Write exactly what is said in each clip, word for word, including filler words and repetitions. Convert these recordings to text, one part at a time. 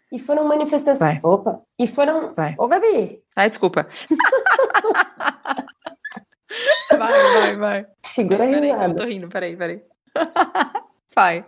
E foram manifestações... Vai. Opa! E foram... Vai. Ô, Gabi! Ai, desculpa. Vai, vai, vai. Segura aí, Peraí, nada. não, tô rindo, peraí, peraí. Vai.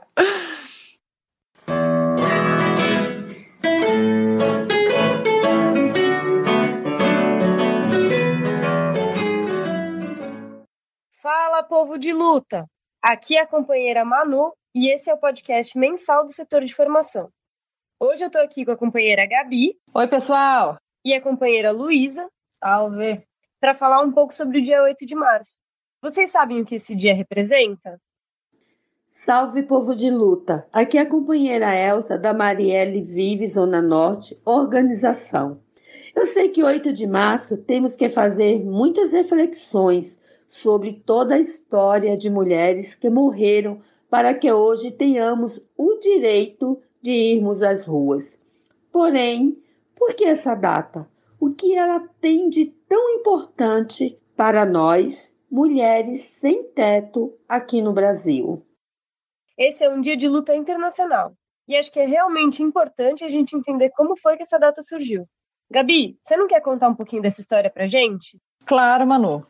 Fala, povo de luta! Aqui é a companheira Manu e esse é o podcast mensal do setor de formação. Hoje eu tô aqui com a companheira Gabi. Oi, pessoal! E a companheira Luísa. Salve! Para falar um pouco sobre o dia oito de março. Vocês sabem o que esse dia representa? Salve, povo de luta! Aqui é a companheira Elsa, da Marielle Vive, Zona Norte, Organização. Eu sei que oito de março temos que fazer muitas reflexões sobre toda a história de mulheres que morreram para que hoje tenhamos o direito de irmos às ruas. Porém, por que essa data? O que ela tem de tão importante para nós, mulheres sem teto, aqui no Brasil? Esse é um dia de luta internacional. E acho que é realmente importante a gente entender como foi que essa data surgiu. Gabi, você não quer contar um pouquinho dessa história pra gente? Claro, Manu.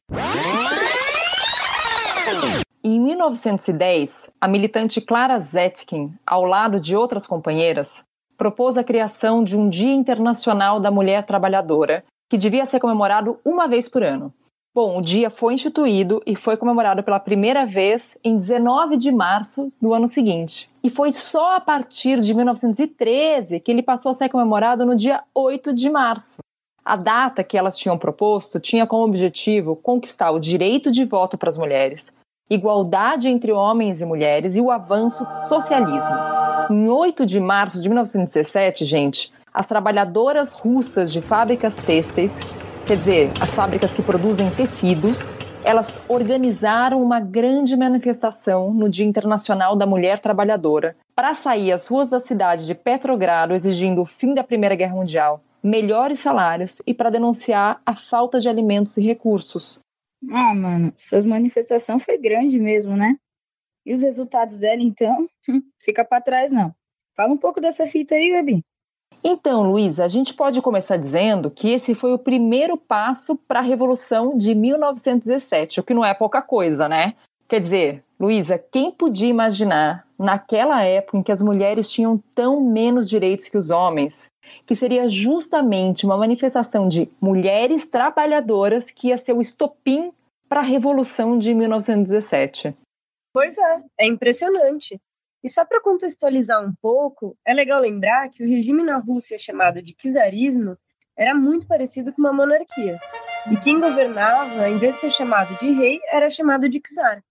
Em mil novecentos e dez, a militante Clara Zetkin, ao lado de outras companheiras, propôs a criação de um Dia Internacional da Mulher Trabalhadora, que devia ser comemorado uma vez por ano. Bom, o dia foi instituído e foi comemorado pela primeira vez em dezenove de março do ano seguinte. E foi só a partir de mil novecentos e treze que ele passou a ser comemorado no dia oito de março. A data que elas tinham proposto tinha como objetivo conquistar o direito de voto para as mulheres, igualdade entre homens e mulheres e o avanço do socialismo. Em oito de março de mil novecentos e dezessete, gente, as trabalhadoras russas de fábricas têxteis, quer dizer, as fábricas que produzem tecidos, elas organizaram uma grande manifestação no Dia Internacional da Mulher Trabalhadora para sair às ruas da cidade de Petrogrado exigindo o fim da Primeira Guerra Mundial, melhores salários e para denunciar a falta de alimentos e recursos. Ah, mano, suas manifestações foi grande mesmo, né? E os resultados dela, então, fica pra trás, não. Fala um pouco dessa fita aí, Gabi. Então, Luísa, a gente pode começar dizendo que esse foi o primeiro passo para a Revolução de mil novecentos e dezessete, o que não é pouca coisa, né? Quer dizer, Luísa, quem podia imaginar, naquela época em que as mulheres tinham tão menos direitos que os homens, que seria justamente uma manifestação de mulheres trabalhadoras que ia ser o estopim para a Revolução de mil novecentos e dezessete. Pois é, é impressionante. E só para contextualizar um pouco, é legal lembrar que o regime na Rússia chamado de czarismo era muito parecido com uma monarquia. E quem governava, em vez de ser chamado de rei, era chamado de czar.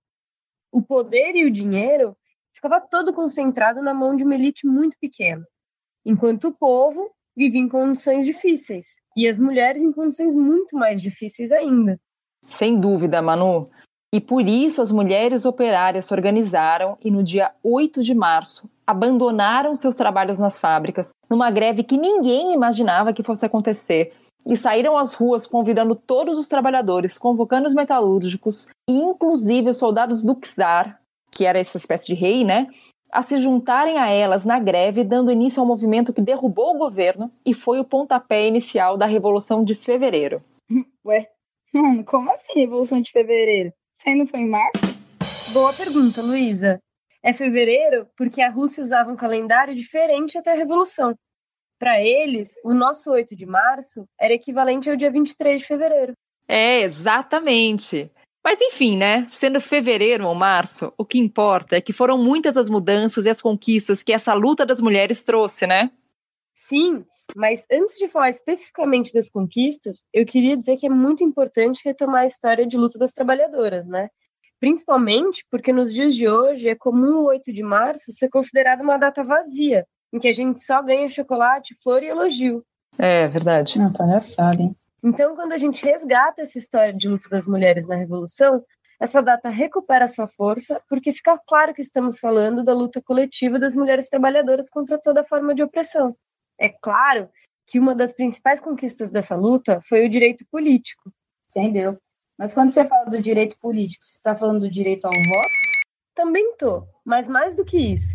O poder e o dinheiro ficava todo concentrado na mão de uma elite muito pequena, enquanto o povo vivia em condições difíceis, e as mulheres em condições muito mais difíceis ainda. Sem dúvida, Manu. E por isso as mulheres operárias se organizaram e no dia oito de março abandonaram seus trabalhos nas fábricas, numa greve que ninguém imaginava que fosse acontecer, e saíram às ruas convidando todos os trabalhadores, convocando os metalúrgicos e inclusive os soldados do czar, que era essa espécie de rei, né, a se juntarem a elas na greve, dando início ao movimento que derrubou o governo e foi o pontapé inicial da Revolução de Fevereiro. Ué, mano, como assim Revolução de Fevereiro? Isso aí não foi em março? Boa pergunta, Luísa. É fevereiro porque a Rússia usava um calendário diferente até a Revolução. Para eles, o nosso oito de março era equivalente ao dia vinte e três de fevereiro. É, exatamente. Mas enfim, né? Sendo fevereiro ou março, o que importa é que foram muitas as mudanças e as conquistas que essa luta das mulheres trouxe, né? Sim, mas antes de falar especificamente das conquistas, eu queria dizer que é muito importante retomar a história de luta das trabalhadoras, né? Principalmente porque nos dias de hoje é comum o oito de março ser considerado uma data vazia, em que a gente só ganha chocolate, flor e elogio. É, verdade. Não, palhaçada, hein? Então, quando a gente resgata essa história de luta das mulheres na Revolução, essa data recupera sua força, porque fica claro que estamos falando da luta coletiva das mulheres trabalhadoras contra toda forma de opressão. É claro que uma das principais conquistas dessa luta foi o direito político. Entendeu? Mas quando você fala do direito político, você está falando do direito ao voto? Também tô, mas mais do que isso.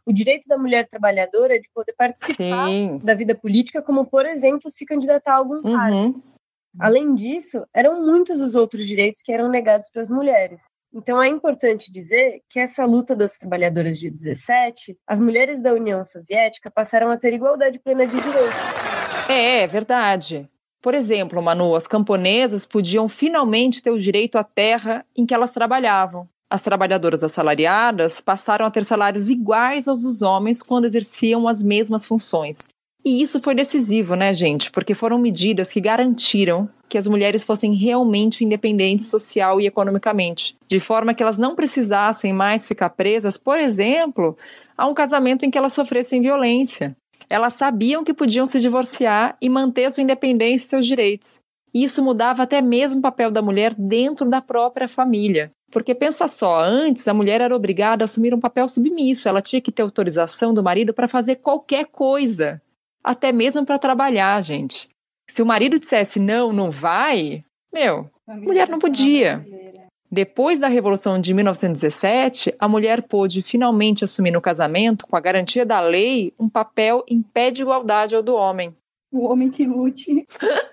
o direito da mulher trabalhadora de poder participar Sim. da vida política, como, por exemplo, se candidatar a algum cargo. Uhum. Além disso, eram muitos os outros direitos que eram negados para as mulheres. Então é importante dizer que essa luta das trabalhadoras de dezessete, as mulheres da União Soviética passaram a ter igualdade plena de direitos. É, é verdade. Por exemplo, Manu, as camponesas podiam finalmente ter o direito à terra em que elas trabalhavam. As trabalhadoras assalariadas passaram a ter salários iguais aos dos homens quando exerciam as mesmas funções. E isso foi decisivo, né, gente? Porque foram medidas que garantiram que as mulheres fossem realmente independentes social e economicamente, de forma que elas não precisassem mais ficar presas, por exemplo, a um casamento em que elas sofressem violência. Elas sabiam que podiam se divorciar e manter sua independência e seus direitos. Isso mudava até mesmo o papel da mulher dentro da própria família. Porque pensa só, antes a mulher era obrigada a assumir um papel submisso, ela tinha que ter autorização do marido para fazer qualquer coisa, até mesmo para trabalhar, gente. Se o marido dissesse não, não vai, meu, a mulher não podia. Depois da Revolução de mil novecentos e dezessete, a mulher pôde finalmente assumir no casamento, com a garantia da lei, um papel em pé de igualdade ao do homem. O homem que lute.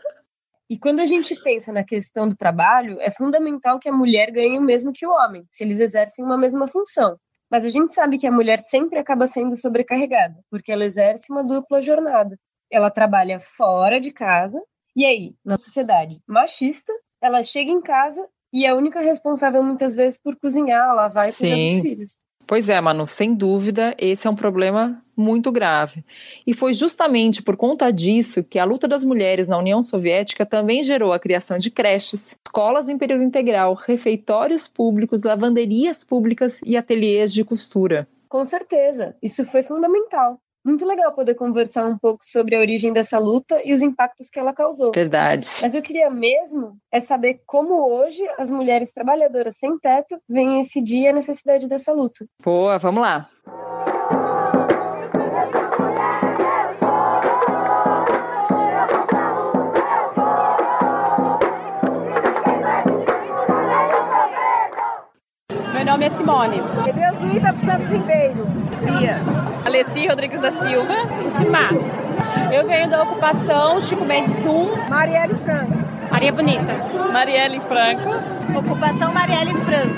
E quando a gente pensa na questão do trabalho, é fundamental que a mulher ganhe o mesmo que o homem, se eles exercem uma mesma função. Mas a gente sabe que a mulher sempre acaba sendo sobrecarregada, porque ela exerce uma dupla jornada. Ela trabalha fora de casa, e aí, na sociedade machista, ela chega em casa e é a única responsável, muitas vezes, por cozinhar, lavar e cuidar dos filhos. Pois é, Manu, sem dúvida, esse é um problema muito grave. E foi justamente por conta disso que a luta das mulheres na União Soviética também gerou a criação de creches, escolas em período integral, refeitórios públicos, lavanderias públicas e ateliês de costura. Com certeza, isso foi fundamental. Muito legal poder conversar um pouco sobre a origem dessa luta e os impactos que ela causou. Verdade. Mas eu queria mesmo é saber como hoje as mulheres trabalhadoras sem teto veem esse dia e a necessidade dessa luta. Boa, vamos lá. Meu nome é Simone. Edeuslita dos Santos Ribeiro. Bia. Alessi Rodrigues da Silva. Lucimar. Eu venho da ocupação Chico Mendes um. Marielle Franco. Maria Bonita. Marielle Franco. Ocupação Marielle Franco.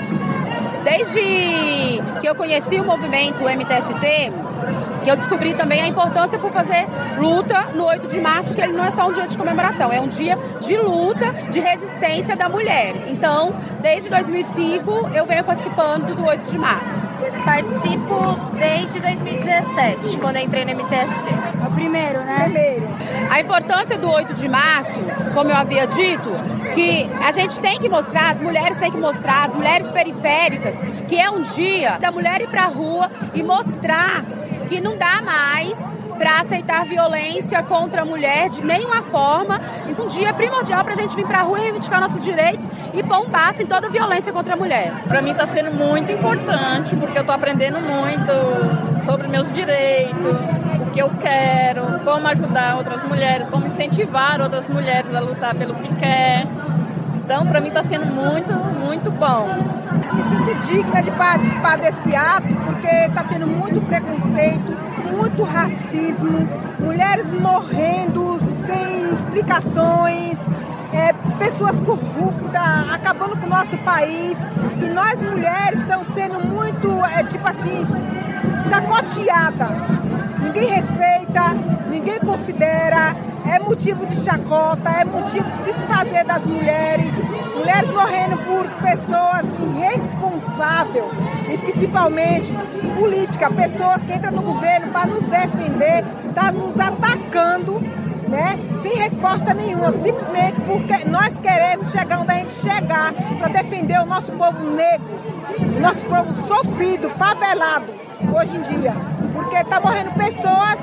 Desde que eu conheci o movimento M T S T, que eu descobri também a importância por fazer luta no oito de março, que ele não é só um dia de comemoração, é um dia de luta, de resistência da mulher. Então, desde dois mil e cinco, eu venho participando do oito de março. Participo desde dois mil e dezessete, quando eu entrei no M T S T. É o primeiro, né? Primeiro. A importância do oito de março, como eu havia dito, que a gente tem que mostrar, as mulheres têm que mostrar, as mulheres periféricas, que é um dia da mulher ir pra rua e mostrar que não dá mais para aceitar violência contra a mulher de nenhuma forma. Então, um dia primordial para a gente vir para a rua e reivindicar nossos direitos e pôr um basta em toda a violência contra a mulher. Para mim está sendo muito importante, porque eu estou aprendendo muito sobre meus direitos, o que eu quero, como ajudar outras mulheres, como incentivar outras mulheres a lutar pelo que quer. Então, para mim está sendo muito, muito bom. Me sinto digna de participar desse ato, porque está tendo muito preconceito, muito racismo, mulheres morrendo sem explicações, é, pessoas corruptas, acabando com o nosso país. E nós mulheres estamos sendo muito, é, tipo assim, chacoteadas. Ninguém respeita, ninguém considera, é motivo de chacota, é motivo de desfazer das mulheres. Mulheres morrendo por pessoas irresponsáveis e principalmente política, pessoas que entram no governo para nos defender, tá nos atacando, né, sem resposta nenhuma, simplesmente porque nós queremos chegar onde a gente chegar para defender o nosso povo negro, o nosso povo sofrido, favelado hoje em dia, porque está morrendo pessoas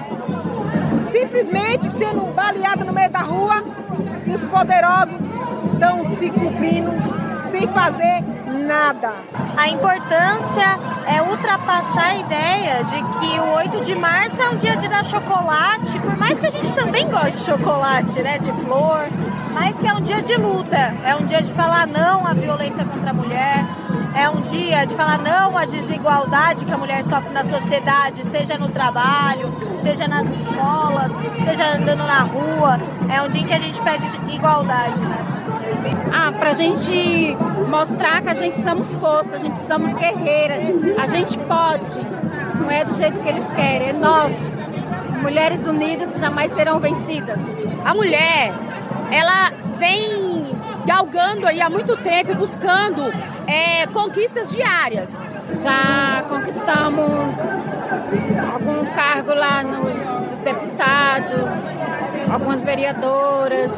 simplesmente sendo baleadas no meio da rua e os poderosos estão se cobrindo sem fazer nada. A importância é ultrapassar a ideia de que o oito de março é um dia de dar chocolate, por mais que a gente também goste de chocolate, né, de flor, mas que é um dia de luta, é um dia de falar não à violência contra a mulher, é um dia de falar não à desigualdade que a mulher sofre na sociedade, seja no trabalho, seja nas escolas, seja andando na rua. É um dia que a gente pede igualdade, né? Ah, pra gente mostrar que a gente somos força, a gente somos guerreiras, a gente pode, não é do jeito que eles querem, é nós, mulheres unidas que jamais serão vencidas. A mulher, ela vem galgando aí há muito tempo, buscando é, conquistas diárias. Já conquistamos algum cargo lá nos deputados, algumas vereadoras,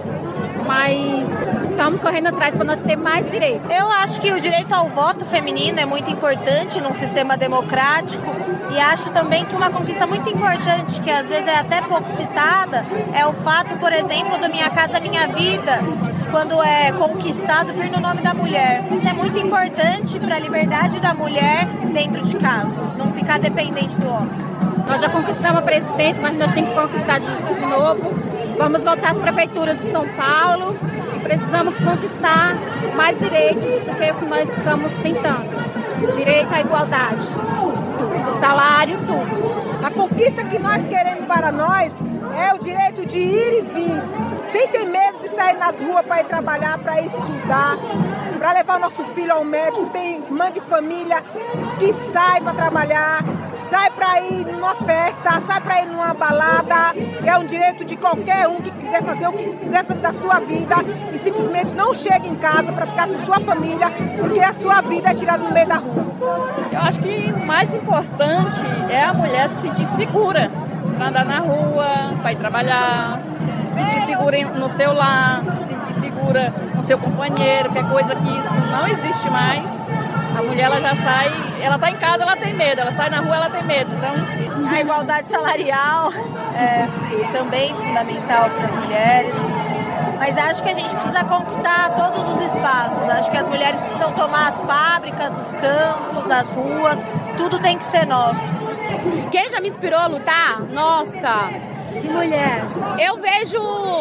mas estamos correndo atrás para nós ter mais direitos. Eu acho que o direito ao voto feminino é muito importante num sistema democrático e acho também que uma conquista muito importante, que às vezes é até pouco citada, é o fato, por exemplo, do Minha Casa Minha Vida, quando é conquistado, vir no nome da mulher. Isso é muito importante para a liberdade da mulher dentro de casa, não ficar dependente do homem. Nós já conquistamos a presidência, mas nós temos que conquistar de, de novo. Vamos voltar às prefeituras de São Paulo e precisamos conquistar mais direitos do que o que nós estamos tentando. Direito à igualdade, tudo, salário, tudo. A conquista que nós queremos para nós é o direito de ir e vir, sem ter medo de sair nas ruas para ir trabalhar, para ir estudar, para levar o nosso filho ao médico. Tem mãe de família que sai para trabalhar, sai para ir numa festa, sai para ir numa balada. É um direito de qualquer um que quiser fazer o que quiser fazer da sua vida e simplesmente não chega em casa para ficar com sua família, porque a sua vida é tirada no meio da rua. Eu acho que o mais importante é a mulher se sentir segura para andar na rua, para ir trabalhar, se sentir segura no seu lar, se sentir segura no seu companheiro, que é coisa que isso não existe mais. A mulher, ela já sai, ela tá em casa, ela tem medo, ela sai na rua, ela tem medo. Então... A igualdade salarial é também fundamental para as mulheres, mas acho que a gente precisa conquistar todos os espaços. Acho que as mulheres precisam tomar as fábricas, os campos, as ruas, tudo tem que ser nosso. Quem já me inspirou a lutar? Nossa! Que mulher! Eu vejo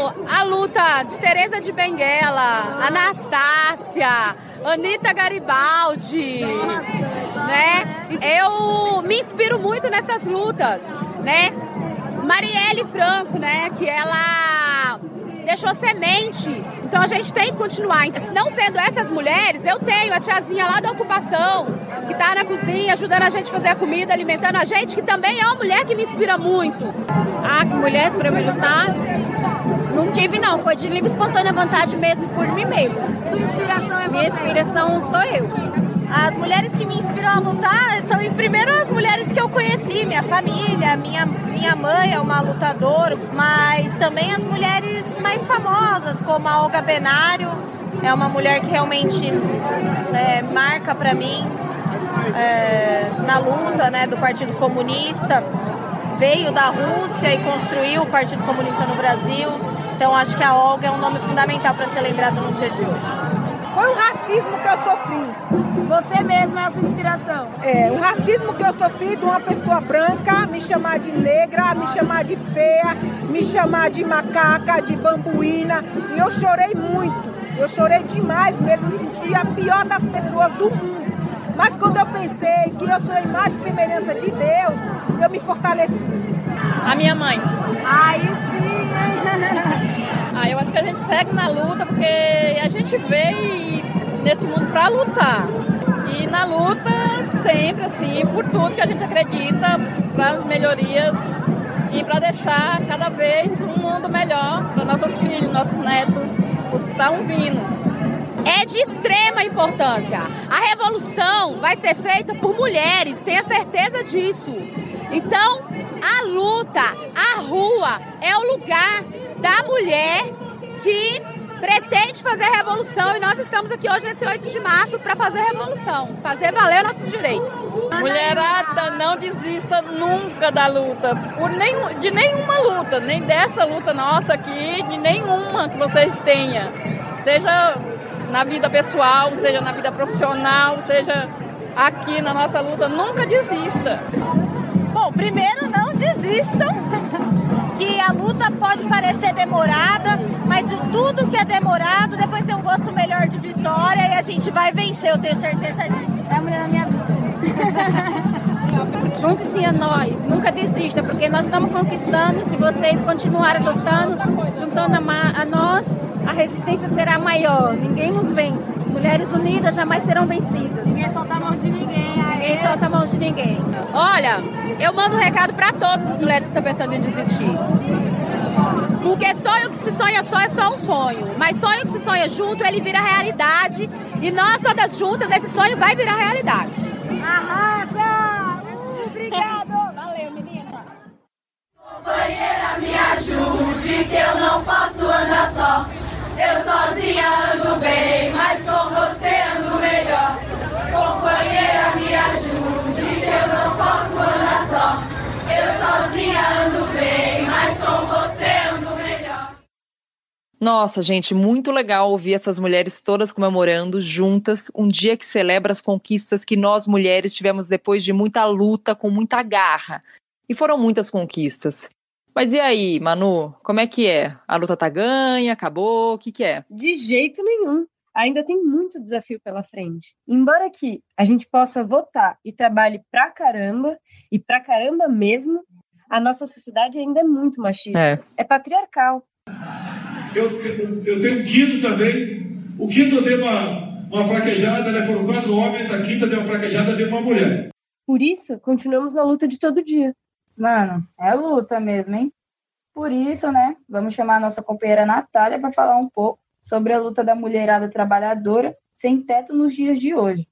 a luta de Teresa de Benguela, Anastácia, Anitta Garibaldi, Nossa, né? Eu me inspiro muito nessas lutas, né? Marielle Franco, né? Que ela deixou semente, então a gente tem que continuar. Não sendo essas mulheres, eu tenho a tiazinha lá da ocupação, que tá na cozinha, ajudando a gente a fazer a comida, alimentando a gente, que também é uma mulher que me inspira muito. Ah, que mulher para me lutar? Não tive não, foi de livre e espontânea vontade mesmo por mim mesma. Sua inspiração é você? Minha inspiração sou eu. As mulheres que me inspiram a lutar são, primeiro, as mulheres que eu conheci, minha família, minha, minha mãe é uma lutadora, mas também as mulheres mais famosas, como a Olga Benário, é uma mulher que realmente é, marca para mim é, na luta, né, do Partido Comunista. Veio da Rússia e construiu o Partido Comunista no Brasil, então acho que a Olga é um nome fundamental para ser lembrado no dia de hoje. Foi um racismo que eu sofri. Você mesma é a sua inspiração? É, um racismo que eu sofri de uma pessoa branca, me chamar de negra, me chamar de feia, me chamar de macaca, de bambuína. E eu chorei muito, eu chorei demais mesmo, me senti a pior das pessoas do mundo. Mas quando eu pensei que eu sou a imagem e semelhança de Deus, eu me fortaleci. A minha mãe. Aí sim! Ah, eu acho que a gente segue na luta porque a gente veio nesse mundo para lutar. E na luta sempre assim, por tudo que a gente acredita, para as melhorias e para deixar cada vez um mundo melhor para nossos filhos, nossos netos, os que estão vindo. É de extrema importância. A revolução vai ser feita por mulheres, tenha certeza disso. Então, a luta, a rua é o lugar da mulher que pretende fazer a revolução, e nós estamos aqui hoje nesse oito de março para fazer a revolução, fazer valer nossos direitos. Mulherada, não desista nunca da luta, por nenhum, de nenhuma luta, nem dessa luta nossa aqui, de nenhuma que vocês tenham, seja na vida pessoal, seja na vida profissional, seja aqui na nossa luta, nunca desista. Bom, primeiro não desistam, que a luta pode parecer demorada, mas tudo que é demorado depois tem um gosto melhor de vitória e a gente vai vencer, eu tenho certeza disso. É a mulher da minha vida. Junte-se a nós, nunca desista, porque nós estamos conquistando. Se vocês continuarem lutando, juntando a, ma- a nós, a resistência será maior. Ninguém nos vence. Mulheres unidas jamais serão vencidas. Ninguém solta a mão de ninguém. Ninguém solta a mão de ninguém. Olha, eu mando um recado para todas as mulheres que estão pensando em desistir. Porque sonho que se sonha só é só um sonho. Mas sonho que se sonha junto, ele vira realidade. E nós todas juntas, esse sonho vai virar realidade. Arrasa! Uh, obrigado! Valeu, menina! Companheira, me ajude, que eu não posso andar só. Eu sozinha ando bem, mas com você ando melhor. Companheira, me ajude, que eu não posso andar só. Eu sozinha ando bem, mas com você ando melhor. Nossa, gente, muito legal ouvir essas mulheres todas comemorando juntas um dia que celebra as conquistas que nós mulheres tivemos depois de muita luta, com muita garra. E foram muitas conquistas. Mas e aí, Manu, como é que é? A luta tá ganha, acabou, o que que é? De jeito nenhum. Ainda tem muito desafio pela frente. Embora aqui a gente possa votar e trabalhe pra caramba, e pra caramba mesmo, a nossa sociedade ainda é muito machista. É, é patriarcal. Eu, eu, eu tenho um quinto também. O quinto eu dei uma, uma fraquejada, né? Foram quatro homens, a quinta deu uma fraquejada, veio uma mulher. Por isso, continuamos na luta de todo dia. Mano, é luta mesmo, hein? Por isso, né, vamos chamar a nossa companheira Natália para falar um pouco sobre a luta da mulherada trabalhadora sem teto nos dias de hoje.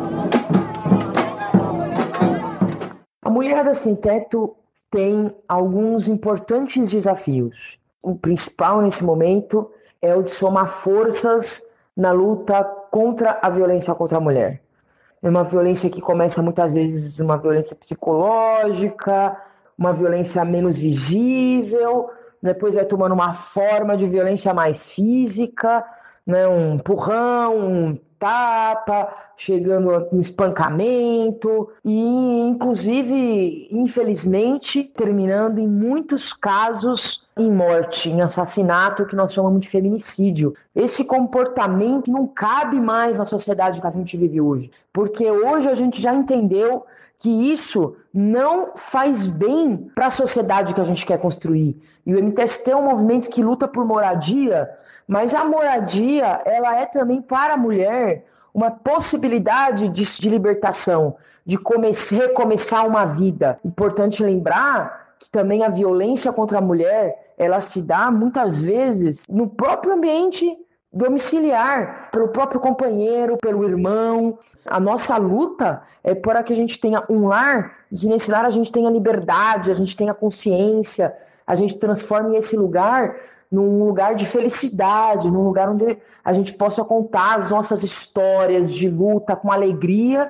A mulherada sem teto tem alguns importantes desafios. O principal nesse momento é o de somar forças na luta contra a violência contra a mulher. É uma violência que começa muitas vezes uma violência psicológica, uma violência menos visível, depois vai tomando uma forma de violência mais física, né? Um empurrão, um tapa, chegando no espancamento e, inclusive, infelizmente, terminando em muitos casos em morte, em assassinato, que nós chamamos de feminicídio. Esse comportamento não cabe mais na sociedade que a gente vive hoje, porque hoje a gente já entendeu que isso não faz bem para a sociedade que a gente quer construir. E o M T S T é um movimento que luta por moradia, mas a moradia, ela é também para a mulher uma possibilidade de, de libertação, de come- recomeçar uma vida. Importante lembrar que também a violência contra a mulher, ela se dá muitas vezes no próprio ambiente domiciliar, pelo próprio companheiro, pelo irmão. A nossa luta é para que a gente tenha um lar, e que nesse lar a gente tenha liberdade, a gente tenha consciência, a gente transforme esse lugar num lugar de felicidade, num lugar onde a gente possa contar as nossas histórias de luta com alegria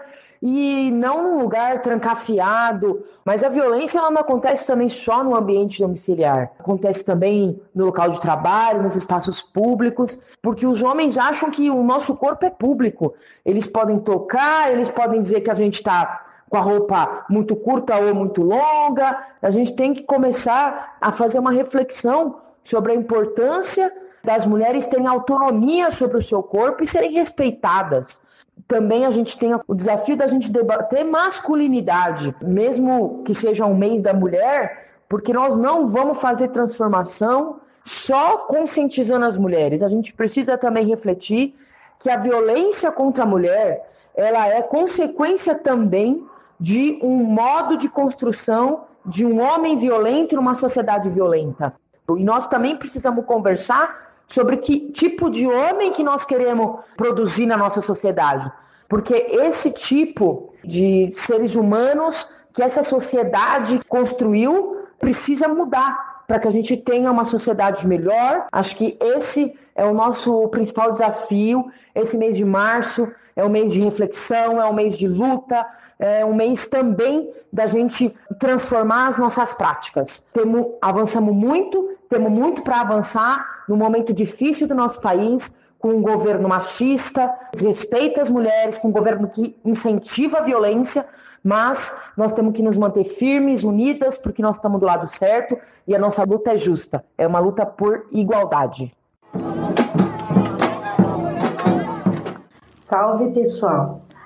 e não num lugar trancafiado. Mas a violência ela não acontece também só no ambiente domiciliar. Acontece também no local de trabalho, nos espaços públicos, porque os homens acham que o nosso corpo é público. Eles podem tocar, eles podem dizer que a gente está com a roupa muito curta ou muito longa. A gente tem que começar a fazer uma reflexão sobre a importância das mulheres terem autonomia sobre o seu corpo e serem respeitadas. Também a gente tem o desafio da gente debater masculinidade, mesmo que seja um mês da mulher, porque nós não vamos fazer transformação só conscientizando as mulheres. A gente precisa também refletir que a violência contra a mulher, ela é consequência também de um modo de construção de um homem violento numa sociedade violenta. E nós também precisamos conversar sobre que tipo de homem que nós queremos produzir na nossa sociedade. Porque esse tipo de seres humanos que essa sociedade construiu precisa mudar para que a gente tenha uma sociedade melhor. Acho que esse é o nosso principal desafio. Esse mês de março é um mês de reflexão, é um mês de luta, é um mês também da gente transformar as nossas práticas. Temos, avançamos muito, temos muito para avançar num momento difícil do nosso país, com um governo machista, desrespeita as mulheres, com um governo que incentiva a violência, mas nós temos que nos manter firmes, unidas, porque nós estamos do lado certo e a nossa luta é justa. É uma luta por igualdade. Salve, pessoal!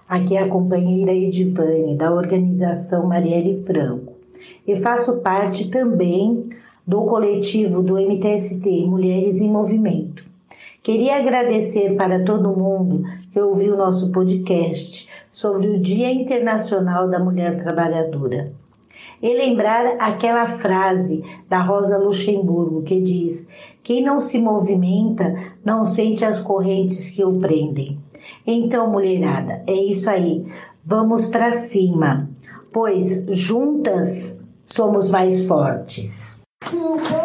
Aqui é a companheira Edivane, da organização Marielle Franco, e faço parte também do coletivo do M T S T, Mulheres em Movimento. Queria agradecer para todo mundo que ouviu o nosso podcast sobre o Dia Internacional da Mulher Trabalhadora. E lembrar aquela frase da Rosa Luxemburgo que diz: quem não se movimenta não sente as correntes que o prendem. Então, mulherada, é isso aí. Vamos para cima, pois juntas somos mais fortes.